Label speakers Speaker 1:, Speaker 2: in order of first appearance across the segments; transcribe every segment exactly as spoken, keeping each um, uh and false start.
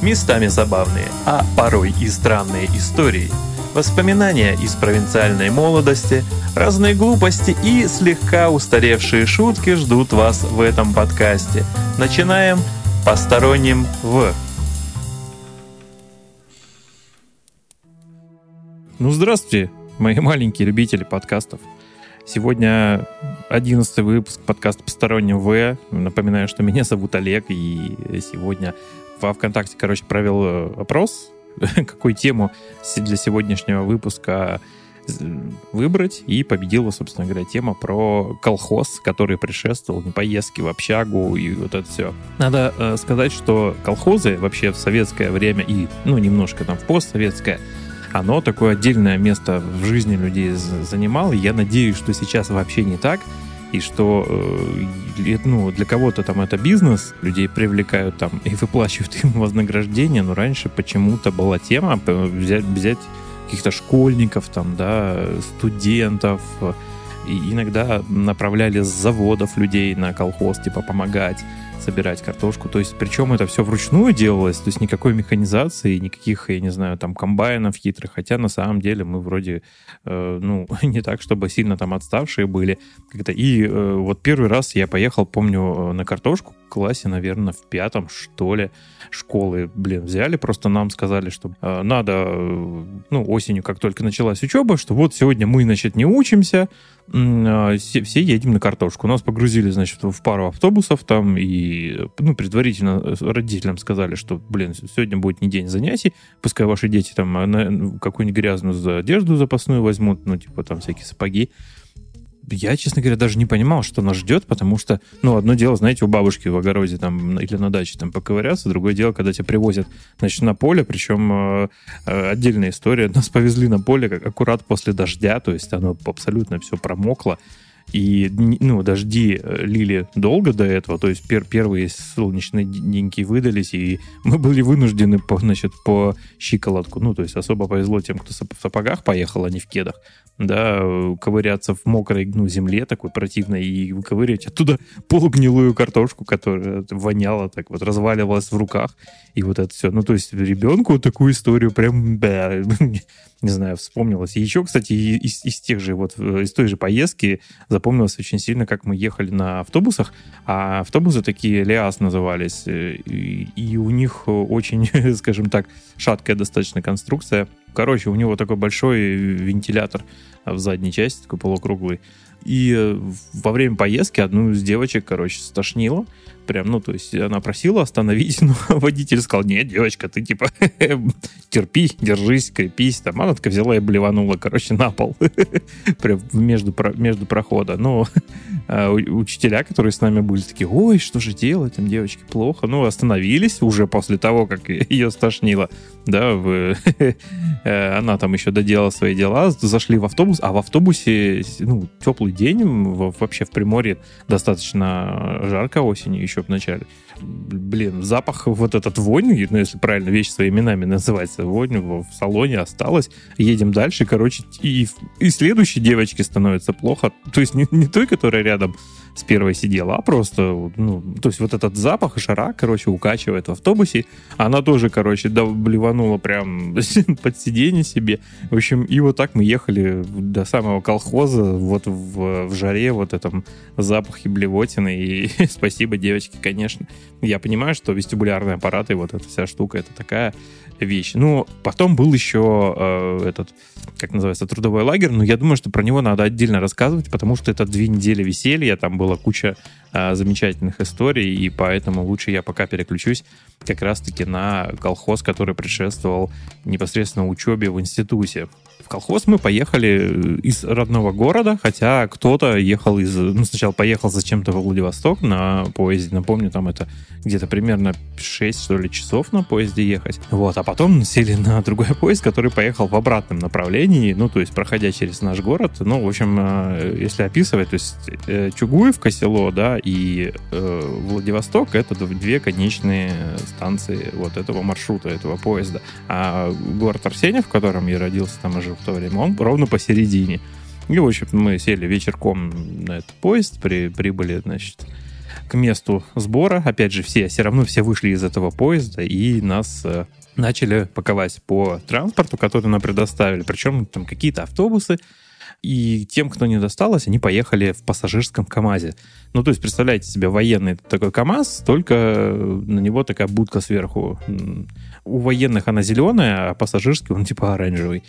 Speaker 1: местами забавные, а порой и странные истории, воспоминания из провинциальной молодости, разные глупости и слегка устаревшие шутки ждут вас в этом подкасте. Начинаем «Посторонним в». Ну, здравствуйте, мои маленькие любители подкастов. Сегодня одиннадцатый выпуск подкаста «Посторонним в». Напоминаю, что меня зовут Олег, и сегодня во ВКонтакте, короче, провел опрос, какую тему для сегодняшнего выпуска выбрать, и победила, собственно говоря, тема про колхоз, который предшествовал поездке в общагу и вот это все. Надо э, сказать, что колхозы вообще в советское время и, ну, немножко там в постсоветское, оно такое отдельное место в жизни людей занимало. Я надеюсь, что сейчас вообще не так, и что э, ну, для кого-то там это бизнес, людей привлекают там и выплачивают им вознаграждение, но раньше почему-то была тема взять, взять каких-то школьников, там, да, студентов, и иногда направляли с заводов людей на колхоз, типа, помогать собирать картошку. То есть, причем это все вручную делалось, то есть никакой механизации, никаких, я не знаю, там, комбайнов хитрых, хотя на самом деле мы вроде, э, ну, не так, чтобы сильно там отставшие были. Как-то. И э, вот первый раз я поехал, помню, на картошку в классе, наверное, в пятом, что ли, школы, блин, взяли, просто нам сказали, что э, надо, э, ну, осенью, как только началась учеба, что вот сегодня мы, значит, не учимся, э, все, все едем на картошку. Нас погрузили, значит, в пару автобусов там, и, ну, предварительно родителям сказали, что, блин, сегодня будет не день занятий, пускай ваши дети там на, какую-нибудь грязную одежду запасную возьмут, ну, типа там всякие сапоги. Я, честно говоря, даже не понимал, что нас ждет, потому что, ну, одно дело, знаете, у бабушки в огороде там или на даче там поковыряться, другое дело, когда тебя привозят, значит, на поле, причем э, отдельная история. Нас повезли на поле как аккурат после дождя, то есть оно абсолютно все промокло. И, ну, дожди лили долго до этого, то есть пер, первые солнечные деньки выдались, и мы были вынуждены, по, значит, по щиколотку, ну, то есть особо повезло тем, кто в сапогах поехал, а не в кедах, да, ковыряться в мокрой, ну, земле такой противной и выковыривать оттуда полугнилую картошку, которая воняла, так вот разваливалась в руках, и вот это все. Ну, то есть ребенку такую историю прям, да, не знаю, вспомнилось. И еще, кстати, из, из тех же, вот, из той же поездки запомнилось очень сильно, как мы ехали на автобусах, а автобусы такие ЛиАЗ назывались, и, и у них очень, скажем так, шаткая достаточно конструкция. Короче, у него такой большой вентилятор в задней части, такой полукруглый. И во время поездки одну из девочек, короче, стошнило. Прям, ну, то есть она просила остановить, но водитель сказал: нет, девочка, ты типа терпи, держись, крепись. Там она такая взяла и блеванула, короче, на пол. Прям между, между прохода. Но учителя, которые с нами были, такие: ой, что же делать, там девочке плохо. Ну, остановились уже после того, как ее стошнило. Да, в... она там еще доделала свои дела, зашли в автобус, а в автобусе, ну, теплый день, вообще в Приморье достаточно жарко осенью еще в начале. Блин, запах, вот этот вонь, ну, если правильно вещи своими именами называется, вонь в салоне осталась. Едем дальше, короче, и, и следующей девочке становится плохо. То есть не, не той, которая рядом с первой сидела, а просто, ну, то есть вот этот запах, жара, короче, укачивает в автобусе. Она тоже, короче, блеванула прям под сиденье себе. В общем, и вот так мы ехали до самого колхоза, вот в, в жаре, вот этом запахе блевотины. И спасибо девочке, конечно. Я понимаю, что вестибулярный аппарат и вот эта вся штука — это такая вещь. Ну, потом был еще э, этот, как называется, трудовой лагерь, но я думаю, что про него надо отдельно рассказывать, потому что это две недели веселья, там была куча э, замечательных историй, и поэтому лучше я пока переключусь как раз-таки на колхоз, который предшествовал непосредственно учебе в институте. В колхоз мы поехали из родного города, хотя кто-то ехал из... Ну, сначала поехал зачем-то во Владивосток на поезде. Напомню, там это где-то примерно шесть, что ли, часов на поезде ехать. Вот, а потом сели на другой поезд, который поехал в обратном направлении, ну, то есть проходя через наш город. Ну, в общем, если описывать, то есть Чугуевка, село, да, и э, Владивосток — это две конечные станции вот этого маршрута, этого поезда. А город Арсеньев, в котором я родился, там и жил в то время, он ровно посередине. И, в общем, мы сели вечерком на этот поезд, при, прибыли, значит, к месту сбора. Опять же, все, все равно все вышли из этого поезда, и нас э, начали паковать по транспорту, который нам предоставили. Причем там какие-то автобусы. И тем, кто не досталось, они поехали в пассажирском КамАЗе. Ну, то есть, представляете себе, военный такой КамАЗ, только на него такая будка сверху. У военных она зеленая, а пассажирский он типа оранжевый.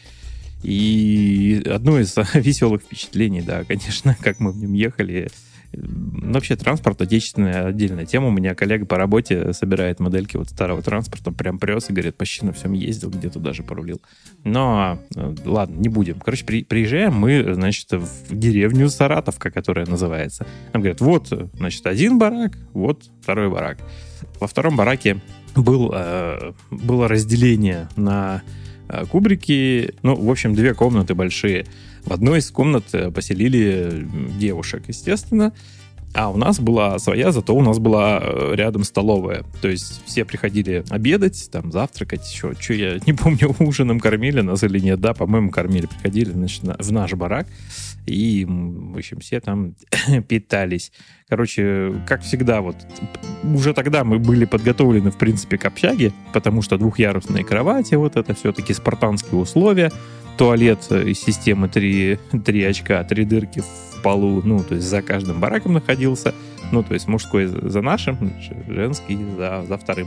Speaker 1: И одно из веселых впечатлений, да, конечно, как мы в нем ехали. Вообще, транспорт отечественная отдельная тема. У меня коллега по работе собирает модельки вот старого транспорта, прям прес и говорит, почти на всем ездил, где-то даже порулил. Но, ладно, не будем. Короче, при, приезжаем мы, значит, в деревню Саратовка, которая называется. Нам говорят, вот, значит, один барак, вот второй барак. Во втором бараке был, э, было разделение на кубрики. Ну, в общем, две комнаты большие. В одной из комнат поселили девушек, естественно. А у нас была своя, зато у нас была рядом столовая. То есть все приходили обедать, там, завтракать, еще. Что я не помню, ужином кормили нас или нет. Да, по-моему, кормили. Приходили, значит, в наш барак. И, в общем, все там питались. Короче, как всегда, вот уже тогда мы были подготовлены, в принципе, к общаге, потому что двухъярусные кровати, вот это все-таки спартанские условия. Туалет из системы три, три очка, три дырки в полу, ну, то есть за каждым бараком находился. Ну, то есть мужской за нашим, женский за, за вторым.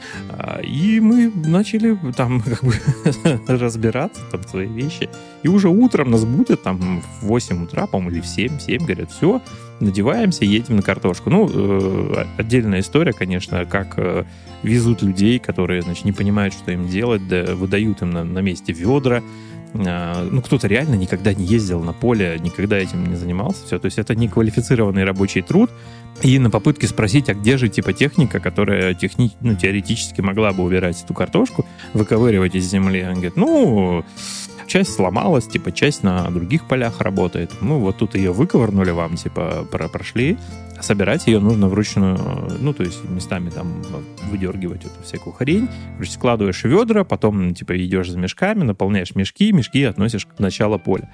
Speaker 1: И мы начали там как бы разбираться, там, свои вещи. И уже утром нас будет там в восемь утра, по-моему, или в семь, семь, говорят, все, надеваемся, едем на картошку. Ну, э, отдельная история, конечно, как э, везут людей, которые, значит, не понимают, что им делать, да, выдают им на, на месте ведра. Э, ну, кто-то реально никогда не ездил на поле, никогда этим не занимался. Все, то есть это неквалифицированный рабочий труд. И на попытке спросить, а где же типа техника, которая техни... ну, теоретически могла бы убирать эту картошку, выковыривать из земли, он говорит, ну, часть сломалась, типа часть на других полях работает. Ну, вот тут ее выковырнули вам, типа прошли. Собирать ее нужно вручную, ну, то есть местами там выдергивать эту всякую хрень. Короче, складываешь в ведра, потом, типа, идешь за мешками, наполняешь мешки, мешки относишь к началу поля.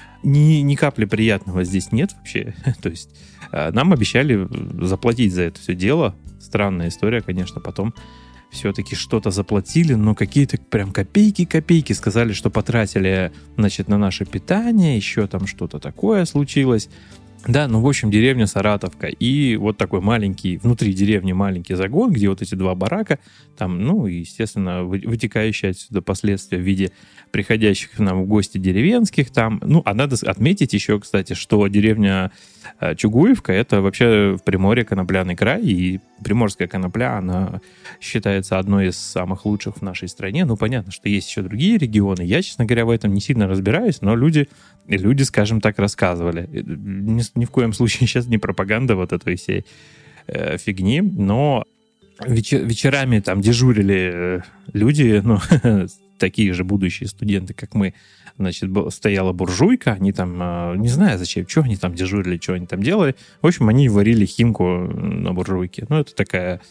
Speaker 1: Ни, ни капли приятного здесь нет вообще. То есть нам обещали заплатить за это все дело. Странная история, конечно, потом все-таки что-то заплатили, но какие-то прям копейки-копейки сказали, что потратили, значит, на наше питание, еще там что-то такое случилось. Да, ну, в общем, деревня Саратовка. И вот такой маленький, внутри деревни маленький загон, где вот эти два барака, там, ну, естественно, вытекающие отсюда последствия в виде приходящих к нам в гости деревенских там. Ну, а надо отметить еще, кстати, что деревня Чугуевка — это вообще в Приморье конопляный край, и приморская конопля, она считается одной из самых лучших в нашей стране. Ну, понятно, что есть еще другие регионы. Я, честно говоря, в этом не сильно разбираюсь, но люди, люди скажем так, рассказывали. Ни, ни в коем случае сейчас не пропаганда вот этой всей э, фигни, но вечер, вечерами там дежурили люди, ну, такие же будущие студенты, как мы. Значит, стояла буржуйка, они там, не знаю зачем, что они там дежурили, что они там делали. В общем, они варили химку на буржуйке. Ну, это такая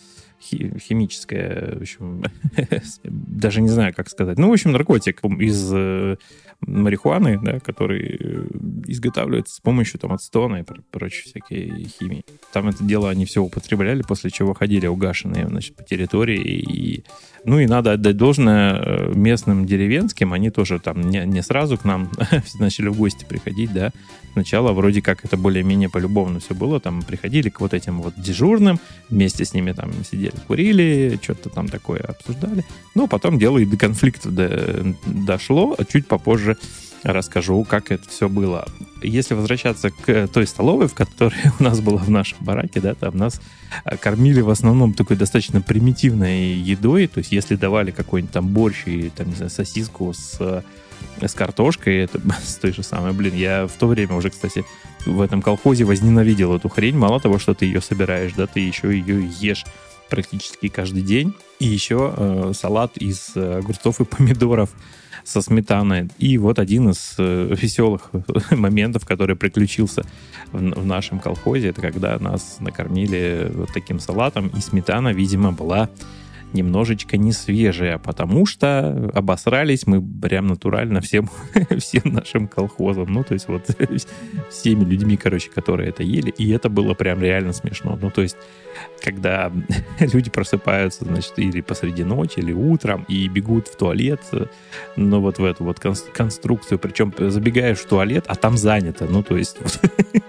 Speaker 1: химическая, в общем, даже не знаю, как сказать. Ну, в общем, наркотик из марихуаны, да, который изготавливается с помощью там ацетона и прочей всякой химии. Там это дело они все употребляли, после чего ходили угашенные, значит, по территории. И, ну и надо отдать должное местным деревенским, они тоже там не, не сразу к нам начали в гости приходить, да. Сначала вроде как это более-менее полюбовно все было, там приходили к вот этим вот дежурным, вместе с ними там сидели, курили, что-то там такое обсуждали. Ну, потом дело и до конфликта до, дошло, а чуть попозже расскажу, как это все было. Если возвращаться к той столовой, в которой у нас была в нашем бараке, да, там нас кормили в основном такой достаточно примитивной едой, то есть если давали какой-нибудь там борщ и, там, не знаю, сосиску с, с картошкой, это с той же самой, блин, я в то время уже, кстати, в этом колхозе возненавидел эту хрень, мало того, что ты ее собираешь, да, ты еще ее ешь практически каждый день, и еще э, салат из огурцов и помидоров со сметаной. И вот один из э, веселых моментов, который приключился в, в нашем колхозе, это когда нас накормили вот таким салатом, и сметана, видимо, была немножечко не свежее, потому что обосрались мы прям натурально всем, всем нашим колхозом. Ну, то есть вот всеми людьми, короче, которые это ели. И это было прям реально смешно. Ну, то есть когда люди просыпаются, значит, или посреди ночи, или утром, и бегут в туалет, ну, вот в эту вот конструкцию, причем забегаешь в туалет, а там занято. Ну, то есть вот,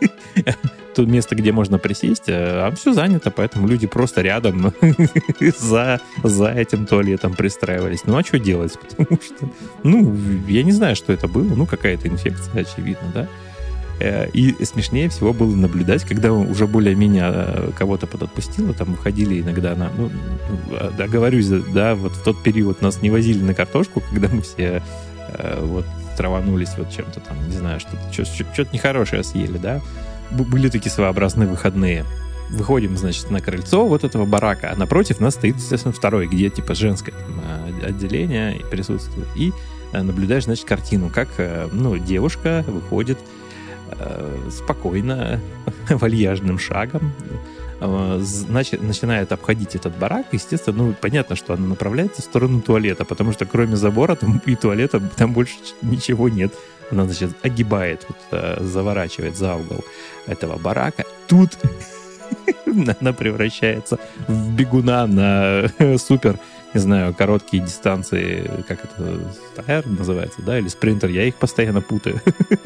Speaker 1: то место, где можно присесть, а все занято, поэтому люди просто рядом за, за этим туалетом пристраивались. Ну, а что делать? Потому что, ну, я не знаю, что это было. Ну, какая-то инфекция, очевидно, да? И смешнее всего было наблюдать, когда уже более-менее кого-то подотпустило, там выходили иногда на... Ну, да, говорюсь, да, вот в тот период нас не возили на картошку, когда мы все вот траванулись вот чем-то там, не знаю, что-то, что-то нехорошее съели, да. Были такие своеобразные выходные. Выходим, значит, на крыльцо вот этого барака, а напротив нас стоит, естественно, второй, где типа женское там, отделение присутствует. И наблюдаешь, значит, картину, как, ну, девушка выходит спокойно, вальяжным шагом, значит, начинает обходить этот барак. Естественно, ну, понятно, что она направляется в сторону туалета, потому что кроме забора там, и туалета там больше ничего нет. Она, значит, огибает, вот, заворачивает за угол этого барака. Тут она превращается в бегуна на супер, не знаю, короткие дистанции, как это, стайр называется, да, или спринтер, я их постоянно путаю.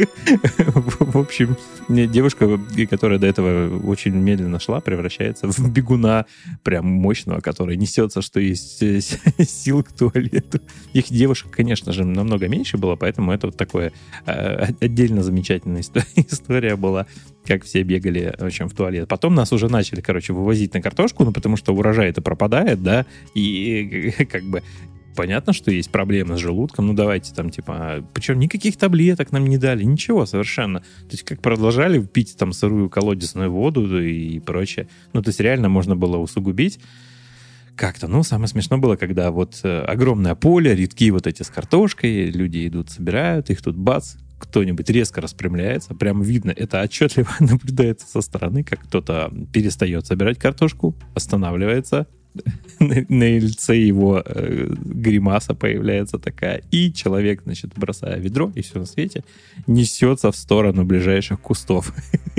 Speaker 1: В общем, девушка, которая до этого очень медленно шла, превращается в бегуна прям мощного, который несется, что есть сил к туалету. Их девушек, конечно же, намного меньше было, поэтому это вот такое отдельно замечательная история была, как все бегали, в общем, в туалет. Потом нас уже начали, короче, вывозить на картошку, ну, потому что урожай-то пропадает, да, и как бы понятно, что есть проблемы с желудком, ну давайте там типа, причем никаких таблеток нам не дали, ничего совершенно. То есть как продолжали пить там сырую колодезную воду и прочее. Ну то есть реально можно было усугубить как-то. Ну самое смешное было, когда вот огромное поле, рядки вот эти с картошкой, люди идут, собирают, их тут бац, кто-нибудь резко распрямляется, прям видно, это отчетливо наблюдается со стороны, как кто-то перестает собирать картошку, останавливается, на, на лице его э, гримаса появляется такая, и человек, значит, бросая ведро и все на свете, несется в сторону ближайших кустов.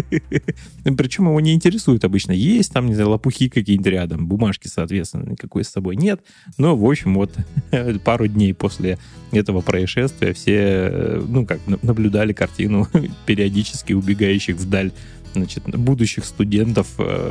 Speaker 1: Причем его не интересует обычно, есть там, не знаю, лопухи какие-нибудь рядом, бумажки, соответственно, никакой с собой нет, но, в общем, вот пару дней после этого происшествия все, ну, как, наблюдали картину периодически убегающих вдаль, значит, будущих студентов,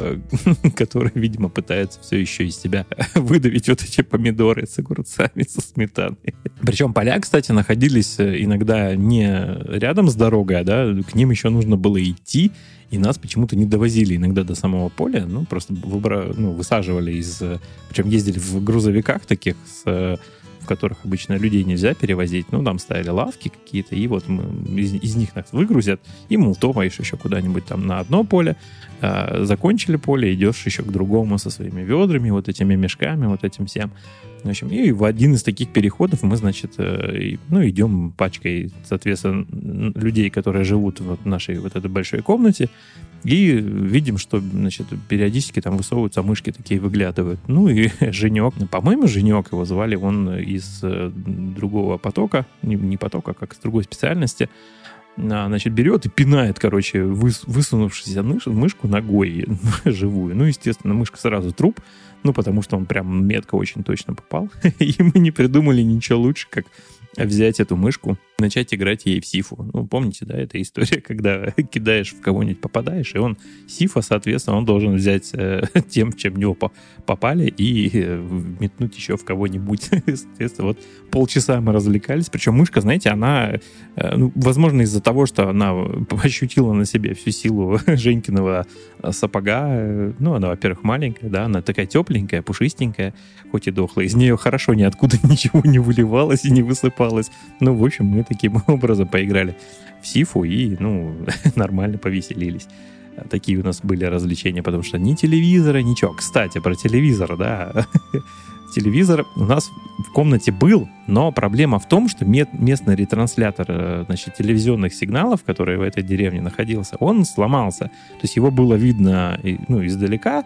Speaker 1: которые, видимо, пытаются все еще из себя выдавить вот эти помидоры с огурцами, со сметаной. Причем поля, кстати, находились иногда не рядом с дорогой, а да, к ним еще нужно было идти, и нас почему-то не довозили иногда до самого поля, ну, просто выбра... ну, высаживали из... Причем ездили в грузовиках таких с... в которых обычно людей нельзя перевозить, ну, там ставили лавки какие-то, и вот мы, из, из них нас выгрузят, и, мол, топаешь еще куда-нибудь там на одно поле, а, закончили поле, идешь еще к другому со своими ведрами, вот этими мешками, вот этим всем. В общем, и в один из таких переходов мы, значит, ну, идем пачкой, соответственно, людей, которые живут в нашей вот этой большой комнате, и видим, что, значит, периодически там высовываются мышки такие, выглядывают. Ну и Женек, ну, по-моему, Женек его звали, он из другого потока, не, не потока, а как из другой специальности, значит, берет и пинает, короче, выс, высунувшуюся мыш, мышку ногой живую. Ну, естественно, мышка сразу труп, ну, потому что он прям метко очень точно попал. И мы не придумали ничего лучше, как взять эту мышку, начать играть ей в сифу. Ну, помните, да, эта история, когда кидаешь в кого-нибудь, попадаешь, и он, сифа, соответственно, он должен взять э, тем, чем в него попали, и э, метнуть еще в кого-нибудь. Соответственно, вот полчаса мы развлекались, причем мышка, знаете, она, э, ну, возможно, из-за того, что она ощутила на себе всю силу Женькиного сапога, э, ну, она, во-первых, маленькая, да, она такая тепленькая, пушистенькая, хоть и дохлая, из нее хорошо ниоткуда ничего не выливалось и не высыпалось. Ну, в общем, мы таким образом поиграли в сифу и, ну, нормально повеселились. Такие у нас были развлечения, потому что ни телевизора, ничего. Кстати, про телевизор, да. Телевизор у нас в комнате был, но проблема в том, что местный ретранслятор, значит, телевизионных сигналов, который в этой деревне находился, он сломался. То есть его было видно, ну, издалека,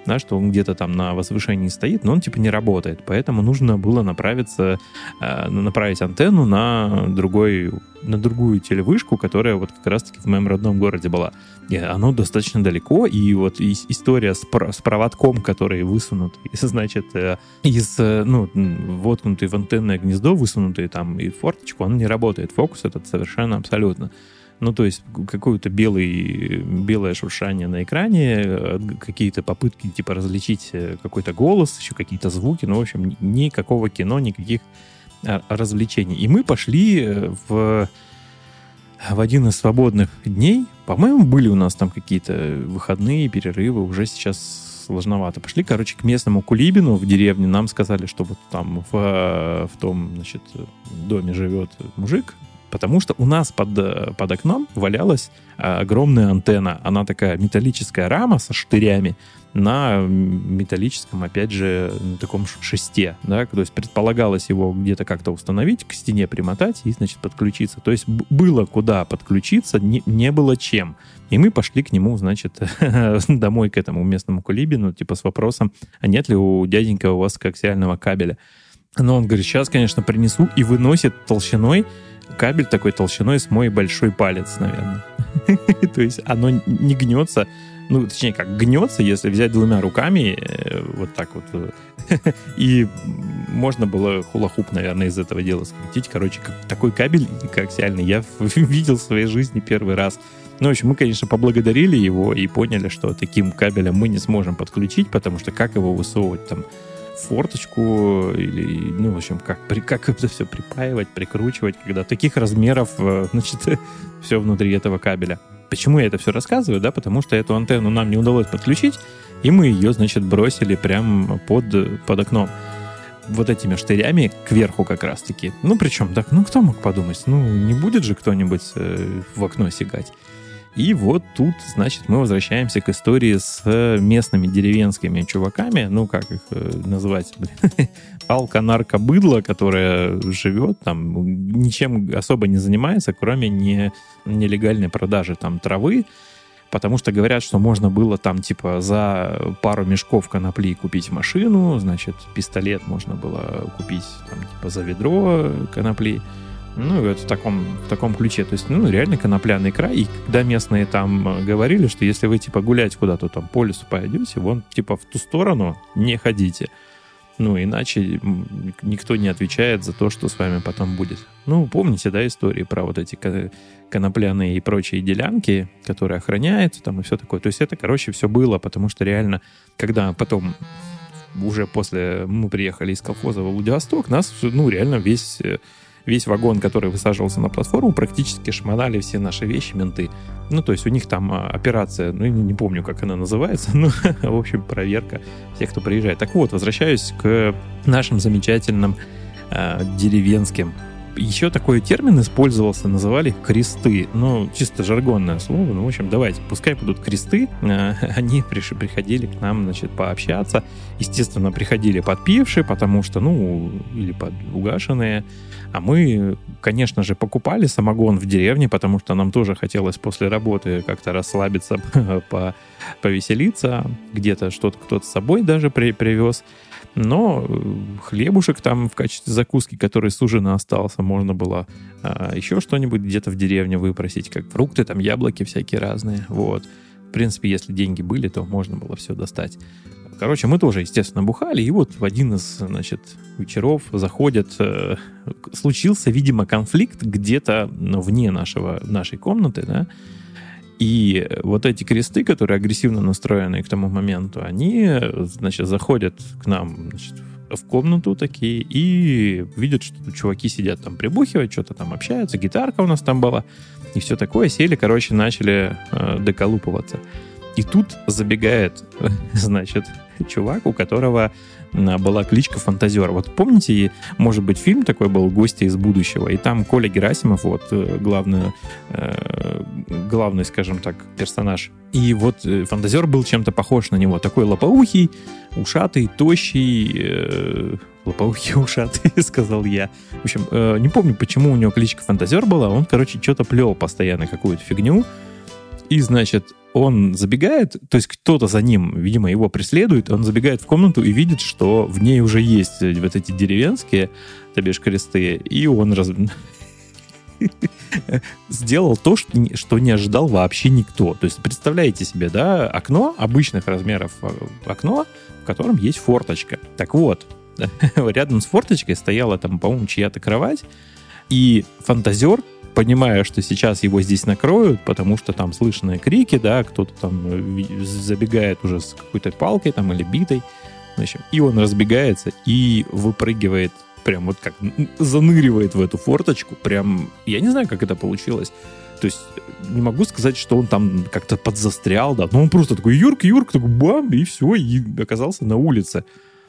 Speaker 1: да, что он где-то там на возвышении стоит, но он типа не работает. Поэтому нужно было направиться, э, направить антенну на, другой, на другую телевышку, которая вот как раз-таки в моем родном городе была. И оно достаточно далеко, и вот и история с, с проводком, который высунут, значит, из, ну, воткнутый в антенное гнездо, высунутый там и форточку, он не работает. Фокус этот совершенно абсолютно. Ну, то есть какое-то белый, белое шуршание на экране, какие-то попытки, типа, различить какой-то голос, еще какие-то звуки, ну, в общем, никакого кино, никаких развлечений. И мы пошли в, в один из свободных дней, по-моему, были у нас там какие-то выходные, перерывы, уже сейчас сложновато. Пошли, короче, к местному кулибину в деревне, нам сказали, что вот там в, в том, значит, доме живет мужик, потому что у нас под, под окном валялась огромная антенна. Она такая металлическая рама со штырями на металлическом, опять же, на таком шесте. Да? То есть предполагалось его где-то как-то установить, к стене примотать и, значит, подключиться. То есть было куда подключиться, не, не было чем. И мы пошли к нему, значит, домой к этому местному кулибину, типа с вопросом, а нет ли у дяденька у вас коаксиального кабеля? Но он говорит, сейчас, конечно, принесу, и выносит толщиной кабель такой толщиной с мой большой палец, наверное. То есть оно не гнется, ну, точнее, как гнется, если взять двумя руками, вот так вот. И можно было хула-хуп, наверное, из этого дела скрутить. Короче, такой кабель коаксиальный я видел в своей жизни первый раз. Ну, в общем, мы, конечно, поблагодарили его и поняли, что таким кабелем мы не сможем подключить, потому что как его высовывать там форточку или, ну, в общем, как, как это все припаивать, прикручивать, когда таких размеров, значит, все внутри этого кабеля. Почему я это все рассказываю, да, потому что эту антенну нам не удалось подключить, и мы ее, значит, бросили прямо под, под окном. Вот этими штырями кверху как раз-таки. Ну, причем, так, ну, кто мог подумать? Ну, не будет же кто-нибудь э, в окно сигать. И вот тут, значит, мы возвращаемся к истории с местными деревенскими чуваками, ну, как их э, назвать, палка-нарко-быдло, которая живет там, ничем особо не занимается, кроме не, нелегальной продажи там травы, потому что говорят, что можно было там, типа, за пару мешков конопли купить машину, значит, пистолет можно было купить, там, типа, за ведро конопли. Ну, это в таком, в таком ключе. То есть, ну, реально конопляный край. И когда местные там говорили, что если вы, типа, гулять куда-то там по лесу пойдете, вон, типа, в ту сторону не ходите. Ну, иначе никто не отвечает за то, что с вами потом будет. Ну, помните, да, истории про вот эти конопляные и прочие делянки, которые охраняются там и все такое. То есть это, короче, все было, потому что реально, когда потом уже после мы приехали из колхоза в Владивосток, нас, ну, реально весь... Весь вагон, который высаживался на платформу, практически шмонали все наши вещи менты. Ну, то есть у них там операция, ну, не помню, как она называется, но, в общем, проверка всех, кто приезжает. Так вот, возвращаюсь к нашим замечательным э, деревенским. Еще такой термин использовался, называли их кресты. Ну, чисто жаргонное слово. Ну, в общем, давайте, пускай будут кресты. Э, они приш, приходили к нам, значит, пообщаться. Естественно, приходили подпившие, потому что, ну, или подугашенные. А мы, конечно же, покупали самогон в деревне, потому что нам тоже хотелось после работы как-то расслабиться, повеселиться. Где-то что-то кто-то с собой даже при, привез. Но хлебушек там в качестве закуски, который с ужина остался, можно было а, еще что-нибудь где-то в деревне выпросить, как фрукты, там яблоки всякие разные. Вот. В принципе, если деньги были, то можно было все достать. Короче, мы тоже, естественно, бухали, и вот в один из, значит, вечеров заходят... Э, случился, видимо, конфликт где-то вне нашего, нашей комнаты, да, и вот эти кресты, которые агрессивно настроенные к тому моменту, они, значит, заходят к нам, значит, в комнату такие и видят, что тут чуваки сидят там прибухивают, что-то там общаются, гитарка у нас там была, и все такое. Сели, короче, начали э, доколупываться. И тут забегает, значит, чувак, у которого была кличка Фантазер. Вот помните, может быть, фильм такой был «Гости из будущего», и там Коля Герасимов, вот, главный, э, главный, скажем так, персонаж. И вот Фантазер был чем-то похож на него. Такой лопоухий, ушатый, тощий, э, лопоухий, ушатый, сказал я. В общем, э, не помню, почему у него кличка Фантазер была. Он, короче, что-то плел постоянно, какую-то фигню. И, значит, он забегает, то есть кто-то за ним, видимо, его преследует, он забегает в комнату и видит, что в ней уже есть вот эти деревенские, то бишь кресты, и он раз... сделал то, что не ожидал вообще никто. То есть представляете себе, да, окно, обычных размеров окно, в котором есть форточка. Так вот, рядом с форточкой стояла там, по-моему, чья-то кровать, и фантазер, понимая, что сейчас его здесь накроют, потому что там слышны крики, да, кто-то там забегает уже с какой-то палкой там или битой, в общем, и он разбегается и выпрыгивает, прям вот как заныривает в эту форточку, прям, я не знаю, как это получилось. То есть не могу сказать, что он там как-то подзастрял, да, но он просто такой юрк, юрк, такой бам, и все, и оказался на улице.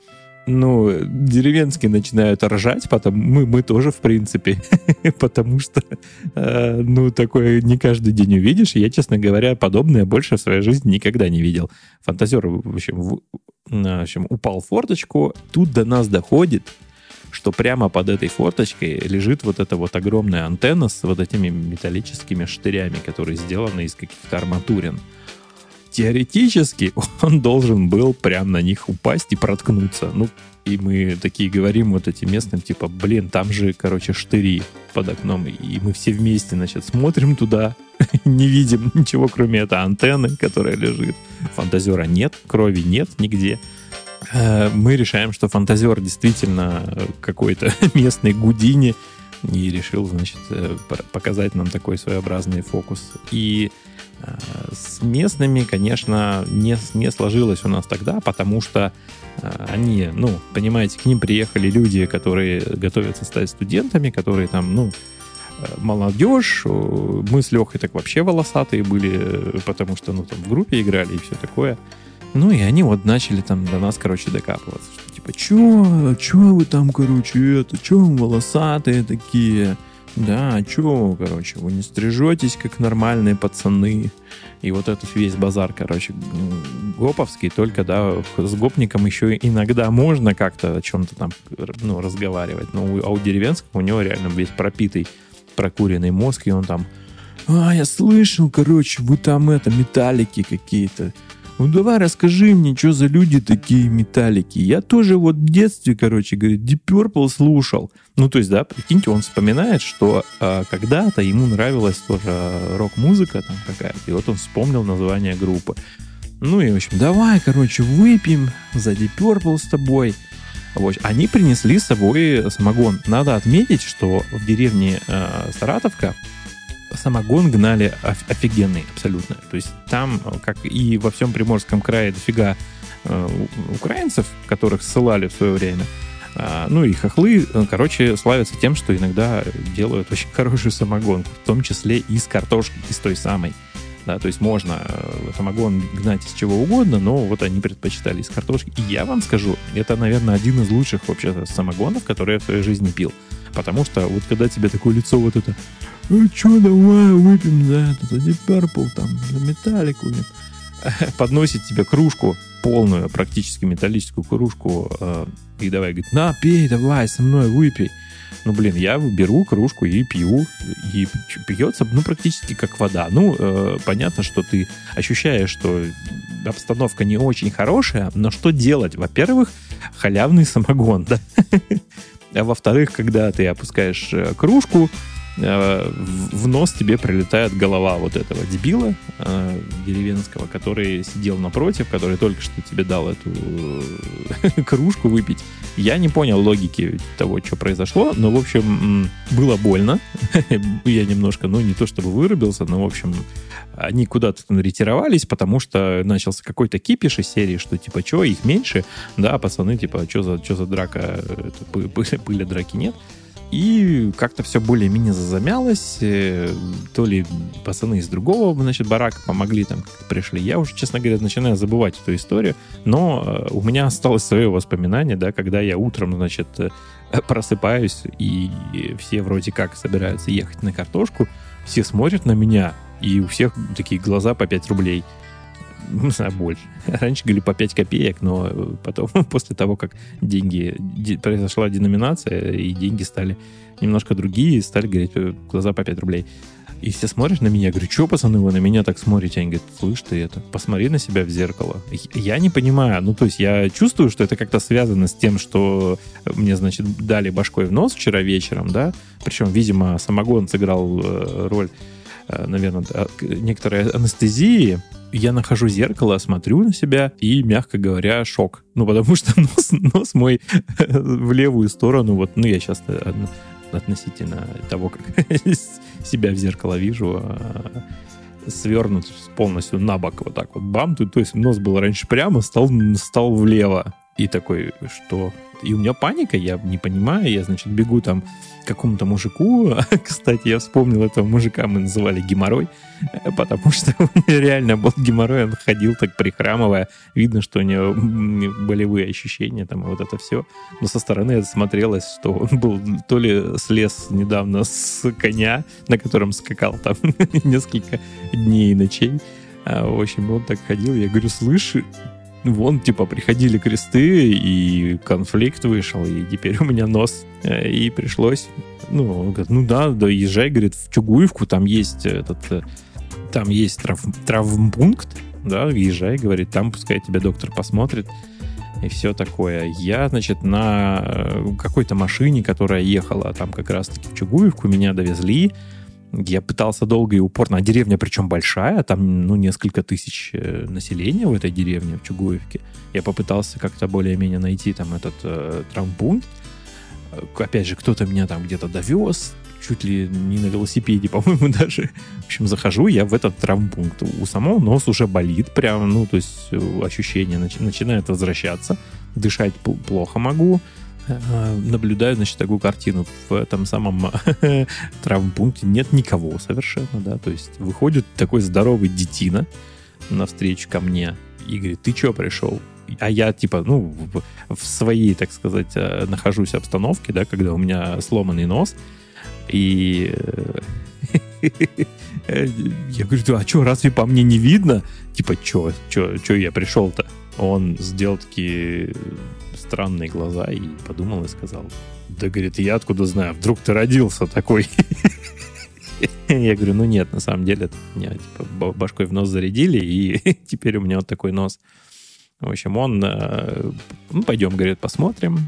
Speaker 1: Ну, деревенские начинают ржать, потому мы, мы тоже, в принципе, потому что, э, ну, такое не каждый день увидишь. И я, честно говоря, подобное больше в своей жизни никогда не видел. Фантазер, в общем, в, в общем, упал в форточку. Тут до нас доходит, что прямо под этой форточкой лежит вот эта вот огромная антенна с вот этими металлическими штырями, которые сделаны из каких-то арматурин. Теоретически он должен был прям на них упасть и проткнуться. Ну, и мы такие говорим вот этим местным, типа, блин, там же, короче, штыри под окном. И мы все вместе, значит, смотрим туда, не видим ничего, кроме этой антенны, которая лежит. Фантазера нет, крови нет нигде. Мы решаем, что фантазер действительно какой-то местный Гудини, и решил, значит, показать нам такой своеобразный фокус. И с местными, конечно, не, не сложилось у нас тогда, потому что они, ну, понимаете, к ним приехали люди, которые готовятся стать студентами, которые там, ну, молодежь. Мы с Лехой так вообще волосатые были, потому что, ну, там в группе играли и все такое. Ну, и они вот начали там до нас, короче, докапываться. Что, типа, чё? Чё вы там, короче, это? Чё вы волосатые такие? Да, чё, короче, вы не стрижетесь, как нормальные пацаны. И вот этот весь базар, короче, гоповский, только, да, с гопником еще иногда можно как-то о чем-то там, ну, разговаривать. Но у, а у деревенского у него реально весь пропитый, прокуренный мозг, и он там, а, я слышал, короче, вы там это, металлики какие-то. Ну, давай расскажи мне, что за люди такие металлики. Я тоже вот в детстве, короче, говорит, Deep Purple слушал. Ну, то есть, да, прикиньте, он вспоминает, что э, когда-то ему нравилась тоже рок-музыка там какая-то, и вот он вспомнил название группы. Ну, и, в общем, давай, короче, выпьем за Deep Purple с тобой. Вот. Они принесли с собой самогон. Надо отметить, что в деревне э, Саратовка самогон гнали офигенный абсолютно. То есть там, как и во всем Приморском крае, дофига э, украинцев, которых ссылали в свое время. А, ну и хохлы, короче, славятся тем, что иногда делают очень хорошую самогонку, в том числе из картошки, из той самой. Да, то есть можно самогон гнать из чего угодно, но вот они предпочитали из картошки. И я вам скажу, это, наверное, один из лучших вообще самогонов, которые я в своей жизни пил. Потому что вот когда тебе такое лицо вот это, ну что, давай выпьем за это, за Deep Purple, там, за металлику, подносит тебе кружку, полную, практически металлическую кружку, э, и давай, говорит, на, пей, давай, со мной выпей. Ну, блин, я беру кружку и пью, и пьется, ну, практически как вода. Ну, э, понятно, что ты ощущаешь, что обстановка не очень хорошая, но что делать? Во-первых, халявный самогон, да? А во-вторых, когда ты опускаешь кружку, в нос тебе прилетает голова вот этого дебила э, деревенского, который сидел напротив, который только что тебе дал эту кружку выпить. Я не понял логики того, что произошло, но, в общем, было больно. Я немножко, ну, не то чтобы вырубился, но, в общем, они куда-то там ретировались, потому что начался какой-то кипиш из серии, что, типа, что, их меньше? Да, пацаны, типа, что за, что за драка? Пыли драки нет. И как-то все более-менее замялось. То ли пацаны из другого, значит, барака помогли, там как-то пришли. Я уже, честно говоря, начинаю забывать эту историю. Но у меня осталось свое воспоминание, да, когда я утром, значит, просыпаюсь, и все вроде как собираются ехать на картошку. Все смотрят на меня, и у всех такие глаза по пять рублей. не знаю, больше. Раньше говорили по пять копеек, но потом, после того, как деньги, произошла деноминация, и деньги стали немножко другие, стали говорить глаза по пять рублей. И все смотрят на меня, я говорю, что, пацаны, вы на меня так смотрите? Они говорят, слышь ты это, посмотри на себя в зеркало. Я не понимаю, ну, то есть я чувствую, что это как-то связано с тем, что мне, значит, дали башкой в нос вчера вечером, да, причем, видимо, самогон сыграл э, роль, э, наверное, некоторой анестезии. Я нахожу зеркало, смотрю на себя и, мягко говоря, шок. Ну, потому что нос, нос мой в левую сторону, вот, ну, я сейчас относительно того, как себя в зеркало вижу, свернут полностью на бок вот так вот, бам, то, то есть нос был раньше прямо, стал, стал влево. И такой, что... И у меня паника, я не понимаю, я, значит, бегу там к какому-то мужику. Кстати, я вспомнил этого мужика, мы называли геморрой, потому что у него реально был геморрой, он ходил так прихрамывая, видно, что у него болевые ощущения, там, и вот это все. Но со стороны это смотрелось, что он был, то ли слез недавно с коня, на котором скакал там несколько дней и ночей. А, в общем, он так ходил, я говорю, слышь, вон, типа, приходили кресты, и конфликт вышел, и теперь у меня нос. И пришлось, ну, он говорит, ну да, да, езжай, говорит, в Чугуевку, там есть этот, там есть трав, травмпункт, да, езжай, говорит, там пускай тебя доктор посмотрит, и все такое. Я, значит, на какой-то машине, которая ехала там как раз-таки в Чугуевку, меня довезли. Я пытался долго и упорно, а деревня причем большая, там, ну, несколько тысяч населения в этой деревне, в Чугуевке. Я попытался как-то более-менее найти там этот э, травмпункт. Опять же, кто-то меня там где-то довез, чуть ли не на велосипеде, по-моему, даже. В общем, захожу я в этот травмпункт. У самого нос уже болит прям, ну, то есть ощущения начи- начинают возвращаться. Дышать плохо могу. Наблюдаю, значит, такую картину. В этом самом травмпункте нет никого совершенно, да, то есть выходит такой здоровый детина навстречу ко мне и говорит, ты что пришел? А я, типа, ну, в, в своей, так сказать, нахожусь обстановке, да, когда у меня сломанный нос, и я говорю, а что, разве по мне не видно? Типа, что, что я пришел-то? Он сделал такие странные глаза и подумал и сказал, да, говорит, я откуда знаю, вдруг ты родился такой. Я говорю, ну нет, на самом деле меня типа башкой в нос зарядили, и теперь у меня вот такой нос. В общем, он, ну, пойдем, говорит, посмотрим.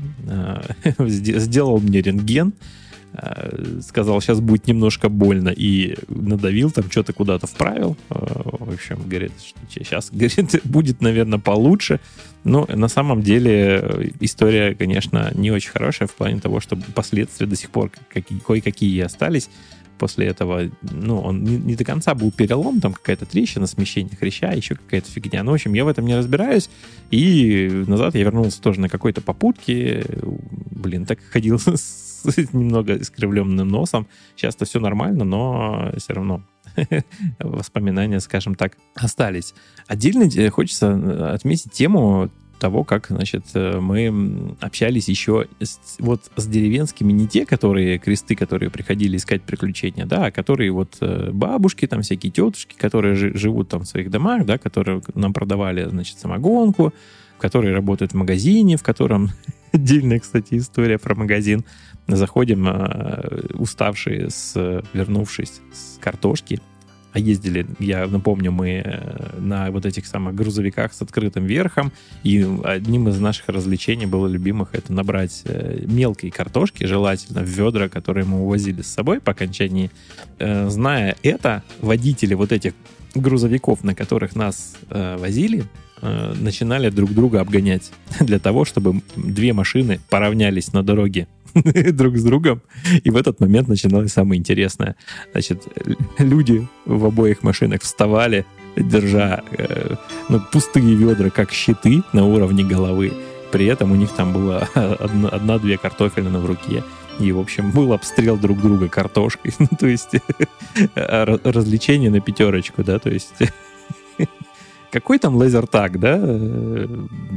Speaker 1: Сделал мне рентген, сказал, сейчас будет немножко больно, и надавил, там что-то куда-то вправил. В общем, говорит, что сейчас, говорит, будет, наверное, получше. Но на самом деле история, конечно, не очень хорошая в плане того, что последствия до сих пор какие, кое-какие остались после этого. Ну, он не, не до конца был перелом, там какая-то трещина, смещение хряща, еще какая-то фигня. Ну, в общем, я в этом не разбираюсь. И назад я вернулся тоже на какой-то попутке. Блин, так ходил с с немного искривленным носом. Сейчас-то все нормально, но все равно воспоминания, скажем так, остались. Отдельно хочется отметить тему того, как, значит, мы общались еще с, вот с деревенскими, не те, которые кресты, которые приходили искать приключения, да, а которые вот бабушки, там всякие тетушки, которые жи- живут там в своих домах, да, которые нам продавали, значит, самогонку, которые работают в магазине, в котором отдельная, кстати, история про магазин. Заходим, уставшие, с, вернувшись с картошки, а ездили, я напомню, мы на вот этих самых грузовиках с открытым верхом, и одним из наших развлечений было любимых это набрать мелкие картошки, желательно в ведра, которые мы увозили с собой по окончании. Зная это, водители вот этих грузовиков, на которых нас возили, начинали друг друга обгонять для того, чтобы две машины поравнялись на дороге друг с другом. И в этот момент начиналось самое интересное. Значит, люди в обоих машинах вставали, держа э, ну, пустые ведра, как щиты на уровне головы. При этом у них там была одна, одна-две картофелины в руке. И, в общем, был обстрел друг друга картошкой. Ну, то есть развлечение на пятерочку, да, то есть... Какой там лазертаг, да?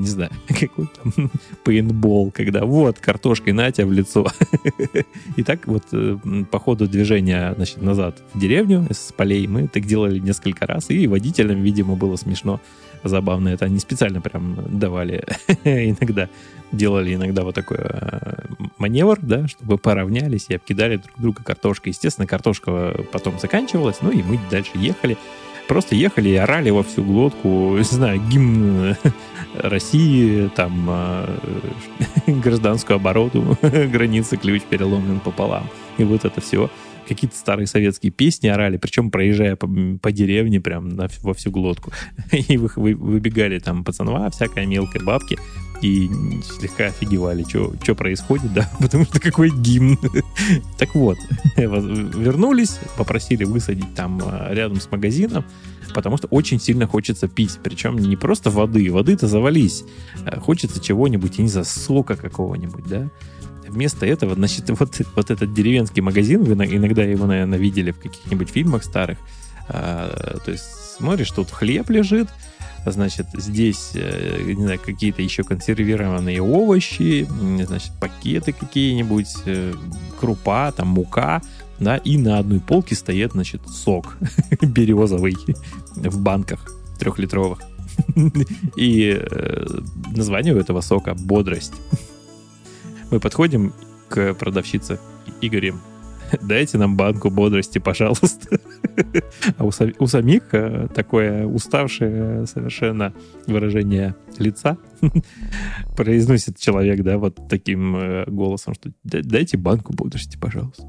Speaker 1: не знаю, какой там пейнтбол, когда вот, картошкой на тебя в лицо. И так вот по ходу движения, значит, назад в деревню с полей мы так делали несколько раз, и водителям, видимо, было смешно, забавно. Это они специально прям давали иногда, делали иногда вот такой маневр, да, чтобы поравнялись и обкидали друг друга картошкой. Естественно, картошка потом заканчивалась, ну и мы дальше ехали. Просто ехали и орали во всю глотку, не знаю, гимн России, там, гражданскую оборону, границы, ключ переломлен пополам. И вот это все. Какие-то старые советские песни орали, причем проезжая по, по деревне прям на, во всю глотку. И вы, вы, выбегали там пацанва, всякая мелкая бабки, и слегка офигевали, что происходит, да, потому что какой гимн. Так вот, вернулись, попросили высадить там рядом с магазином, потому что очень сильно хочется пить. Причем не просто воды, воды-то завались. Хочется чего-нибудь, я не знаю, сока какого-нибудь, да. Вместо этого, значит, вот, вот этот деревенский магазин, вы иногда его, наверное, видели в каких-нибудь фильмах старых, а, то есть смотришь, тут хлеб лежит, значит, здесь, не знаю, какие-то еще консервированные овощи, значит, пакеты какие-нибудь, крупа, там, мука, да, и на одной полке стоит, значит, сок березовый в банках трехлитровых. И название у этого сока «Бодрость». Мы подходим к продавщице и говорим: дайте нам банку бодрости, пожалуйста. А у, у самих такое уставшее совершенно выражение лица произносит человек, да, вот таким голосом, что дайте банку бодрости, пожалуйста.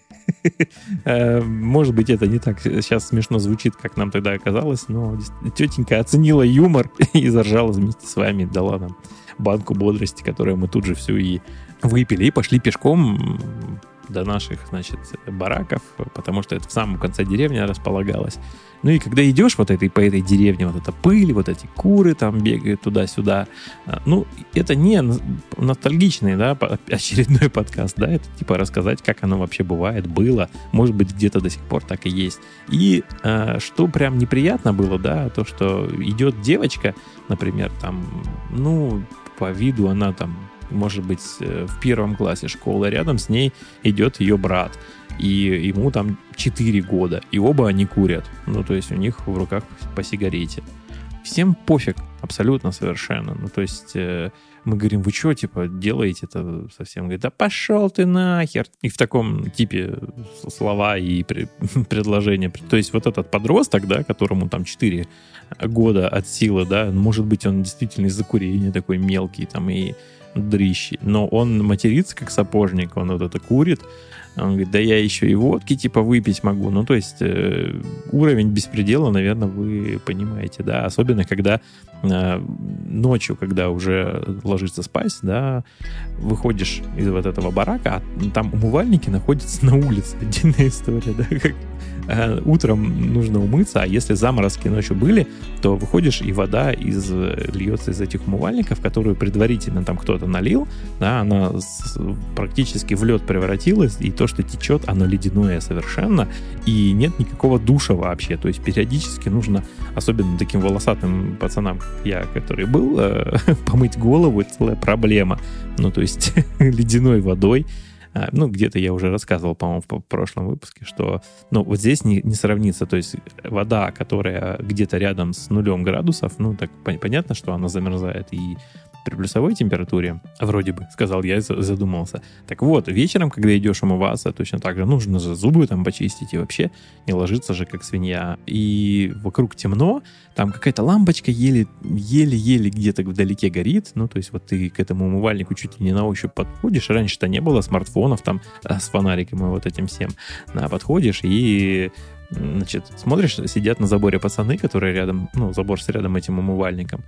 Speaker 1: Может быть, это не так сейчас смешно звучит, как нам тогда оказалось, но тетенька оценила юмор и заржала вместе с вами, дала нам банку бодрости, которую мы тут же всю и выпили, и пошли пешком до наших, значит, бараков, потому что это в самом конце деревни располагалось. Ну и когда идешь вот этой, по этой деревне, вот эта пыль, вот эти куры там бегают туда-сюда, ну, это не ностальгичный, да, очередной подкаст, да, это типа рассказать, как оно вообще бывает, было, может быть, где-то до сих пор так и есть. И а, что прям неприятно было, да, то, что идет девочка, например, там, ну, по виду она там, может быть, в первом классе школы, рядом с ней идет ее брат, и ему там четыре года, и оба они курят, ну, то есть у них в руках по сигарете. Всем пофиг, абсолютно совершенно, ну, то есть э, мы говорим: вы что, типа, делаете это совсем? Говорит: да пошел ты нахер. И в таком типе слова и предложения. То есть вот этот подросток, да, которому там четыре года от силы, да, может быть, он действительно из-за курения такой мелкий там и дрищи, но он матерится как сапожник, он вот это курит, он говорит: да я еще и водки типа выпить могу. Ну, то есть э, уровень беспредела, наверное, вы понимаете, да, особенно когда э, ночью, когда уже ложишься спать, да, выходишь из вот этого барака, а там умывальники находятся на улице. Отдельная история, да, как э, утром нужно умыться, а если заморозки ночью были, то выходишь, и вода из, льется из этих умывальников, которую предварительно там кто-то налил, да, она с, практически в лед превратилась, и то, что течет, оно ледяное совершенно, и нет никакого душа вообще. То есть периодически нужно, особенно таким волосатым пацанам, как я, который был, э, помыть голову — это целая проблема. Ну, то есть ледяной водой. Ну, где-то я уже рассказывал, по-моему, в прошлом выпуске, что, ну, вот здесь не, не сравнится. То есть вода, которая где-то рядом с нулем градусов, ну, так понятно, что она замерзает и при плюсовой температуре, вроде бы, сказал я, задумался. Так вот, вечером, когда идешь умываться, точно так же нужно же зубы там почистить и вообще не ложиться же, как свинья. И вокруг темно, там какая-то лампочка еле, еле-еле где-то вдалеке горит. Ну, то есть вот ты к этому умывальнику чуть ли не на ощупь подходишь. Раньше-то не было смартфонов там с фонариком и вот этим всем. Да, подходишь и... Значит, смотришь, сидят на заборе пацаны, которые рядом, ну, забор с рядом этим умывальником,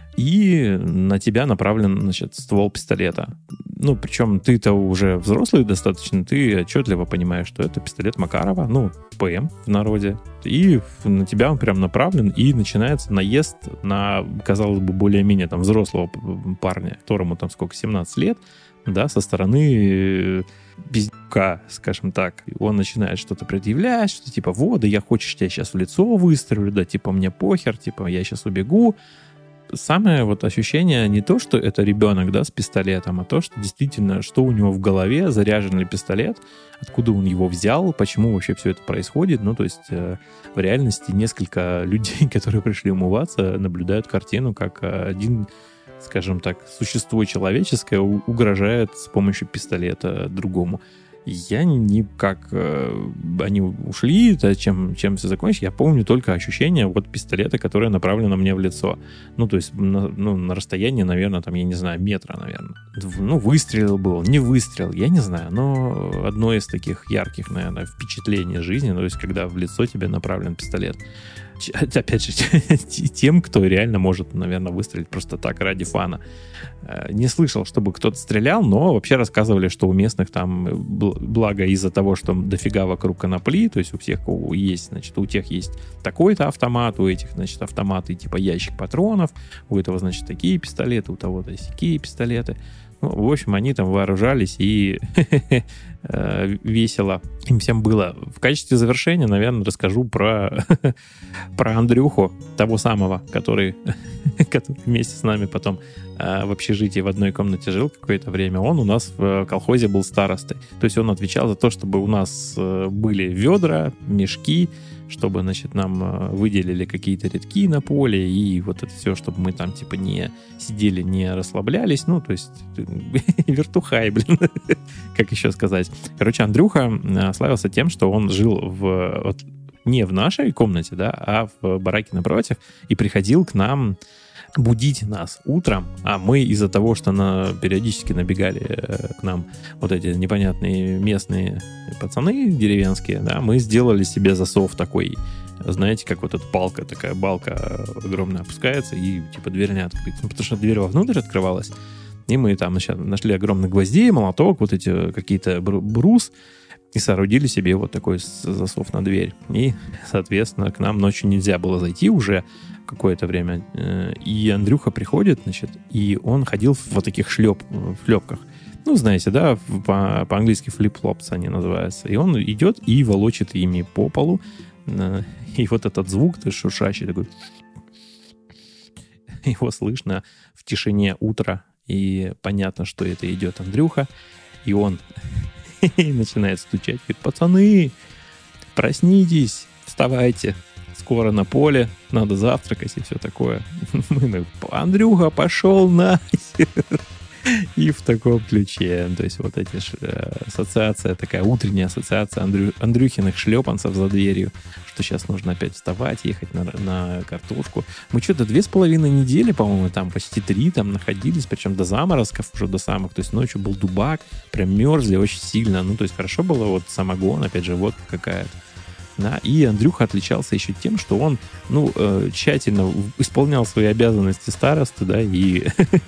Speaker 1: и на тебя направлен, значит, ствол пистолета. Ну, причем ты-то уже взрослый достаточно, ты отчетливо понимаешь, что это пистолет Макарова, ну, ПМ в народе, и на тебя он прям направлен, и начинается наезд на, казалось бы, более-менее там взрослого парня, которому там сколько, семнадцать лет, да, со стороны пиздюка, скажем так. Он начинает что-то предъявлять, что типа: вот, да я хочешь, я сейчас в лицо выстрелю, да, типа, мне похер, типа, я сейчас убегу. самое вот ощущение не то, что это ребенок, да, с пистолетом, а то, что действительно, что у него в голове, заряжен ли пистолет, откуда он его взял, почему вообще все это происходит. Ну, то есть э, в реальности несколько людей, которые пришли умываться, наблюдают картину, как один, скажем так, существо человеческое угрожает с помощью пистолета другому. Я никак... Э, они ушли, да, чем, чем все закончилось. Я помню только ощущение вот пистолета, которое направлено мне в лицо. Ну, то есть на, ну, на расстоянии, наверное, там, я не знаю, метра, наверное. Ну, выстрел был, не выстрел, я не знаю. Но одно из таких ярких, наверное, впечатлений жизни, ну, то есть когда в лицо тебе направлен пистолет. Опять же, тем, кто реально может, наверное, выстрелить просто так, ради фана. Не слышал, чтобы кто-то стрелял, но вообще рассказывали, что у местных там, благо из-за того, что дофига вокруг конопли, то есть у всех есть, значит, у тех есть такой-то автомат, у этих, значит, автоматы типа ящик патронов, у этого, значит, такие пистолеты, у того-то такие пистолеты. Ну, в общем, они там вооружались и весело им всем было. В качестве завершения, наверное, расскажу про, про Андрюху, того самого, который, который вместе с нами потом в общежитии в одной комнате жил какое-то время. Он у нас в колхозе был старостой. То есть он отвечал за то, чтобы у нас были ведра, мешки, чтобы, значит, нам выделили какие-то редки на поле, и вот это все, чтобы мы там, типа, не сидели, не расслаблялись. Ну, то есть, вертухай, блин, как еще сказать. Короче, Андрюха славился тем, что он жил в, вот, не в нашей комнате, да, а в бараке напротив, и приходил к нам будить нас утром, а мы из-за того, что на, периодически набегали к нам вот эти непонятные местные пацаны деревенские, да, мы сделали себе засов такой, знаете, как вот эта палка, такая балка огромная опускается, и типа дверь не открыть. Ну, потому что дверь вовнутрь открывалась, и мы там нашли огромных гвоздей, молоток, вот эти какие-то брус, и соорудили себе вот такой засов на дверь. И, соответственно, к нам ночью нельзя было зайти уже какое-то время. И Андрюха приходит, значит, и он ходил в вот таких шлеп, в шлепках. Ну, знаете, да, по- по-английски флип-флопс они называются. И он идет и волочит ими по полу. И вот этот звук, то есть шуршащий такой, его слышно в тишине утра. И понятно, что это идет Андрюха. И он начинает стучать. Говорит: пацаны, проснитесь, вставайте. Скоро на поле, надо завтракать и все такое. Мы, Андрюха, пошел нахер. И в таком ключе. То есть вот эти ассоциация, такая утренняя ассоциация Андрю, Андрюхиных шлепанцев за дверью, что сейчас нужно опять вставать, ехать на, на картошку. Мы что-то две с половиной недели, по-моему, там почти три там находились, причем до заморозков уже, до самых. То есть ночью был дубак, прям мерзли очень сильно. Ну, то есть хорошо было вот самогон, опять же, водка какая-то. Да, и Андрюха отличался еще тем, что он, ну, э, тщательно исполнял свои обязанности старосты, да, и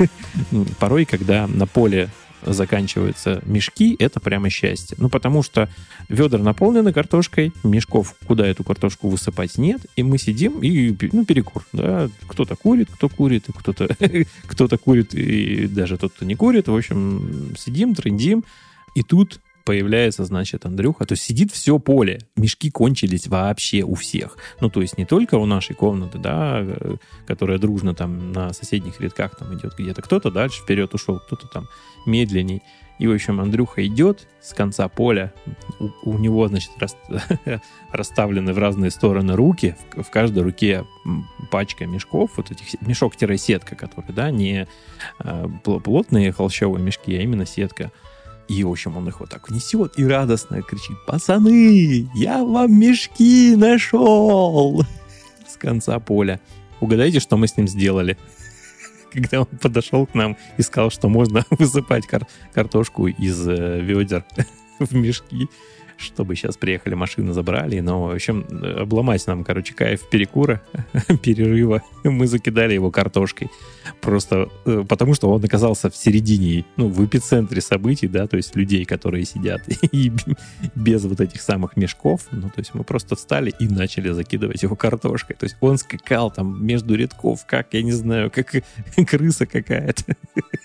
Speaker 1: порой, когда на поле заканчиваются мешки, это прямо счастье. Ну, потому что ведра наполнены картошкой, мешков, куда эту картошку высыпать, нет, и мы сидим и, ну, перекур, да, кто-то курит, кто курит, кто-то, кто-то курит, и даже тот, кто не курит, в общем, сидим, трындим, и тут появляется, значит, Андрюха. То есть сидит все поле. Мешки кончились вообще у всех. Ну, то есть не только у нашей комнаты, да, которая дружно там на соседних рядках там идет где-то. Кто-то дальше вперед ушел, кто-то там медленней. И, в общем, Андрюха идет с конца поля. У, у него, значит, рас, расставлены в разные стороны руки. В, в каждой руке пачка мешков. Вот этих мешок-сетка, который, да, не а, плотные холщовые мешки, а именно сетка. И, в общем, он их вот так несет и радостно кричит: пацаны, я вам мешки нашел! С конца поля. Угадайте, что мы с ним сделали? Когда он подошел к нам и сказал, что можно высыпать кар- картошку из э, ведер в мешки, чтобы сейчас приехали, машины забрали. Но, в общем, обломать нам, короче, кайф перекура, перерыва. Мы закидали его картошкой. Просто э, потому, что он оказался в середине, ну, в эпицентре событий, да, то есть людей, которые сидят и без вот этих самых мешков. Ну, то есть мы просто встали и начали закидывать его картошкой. То есть он скакал там между рядков, как, я не знаю, как крыса какая-то.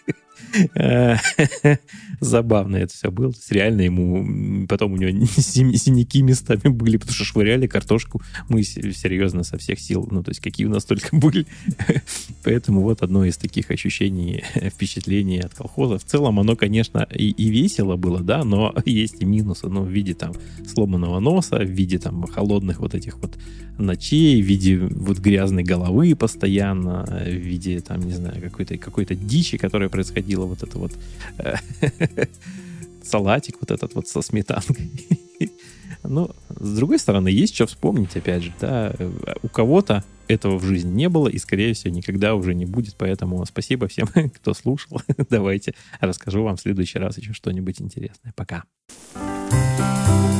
Speaker 1: Забавно это все было. То есть реально ему... Потом у него синяки местами были, потому что швыряли картошку мы серьезно со всех сил. Ну, то есть какие у нас только были. Поэтому вот одно из таких ощущений, впечатлений от колхоза. В целом оно, конечно, и, и весело было, да, но есть и минусы. Ну, в виде там сломанного носа, в виде там холодных вот этих вот ночей, в виде вот грязной головы постоянно, в виде там, не знаю, какой-то какой-то дичи, которая происходила, вот это вот салатик вот этот вот со сметанкой. Но, с другой стороны, есть что вспомнить, опять же, да, у кого-то этого в жизни не было и, скорее всего, никогда уже не будет, поэтому спасибо всем, кто слушал. Давайте расскажу вам в следующий раз еще что-нибудь интересное. Пока.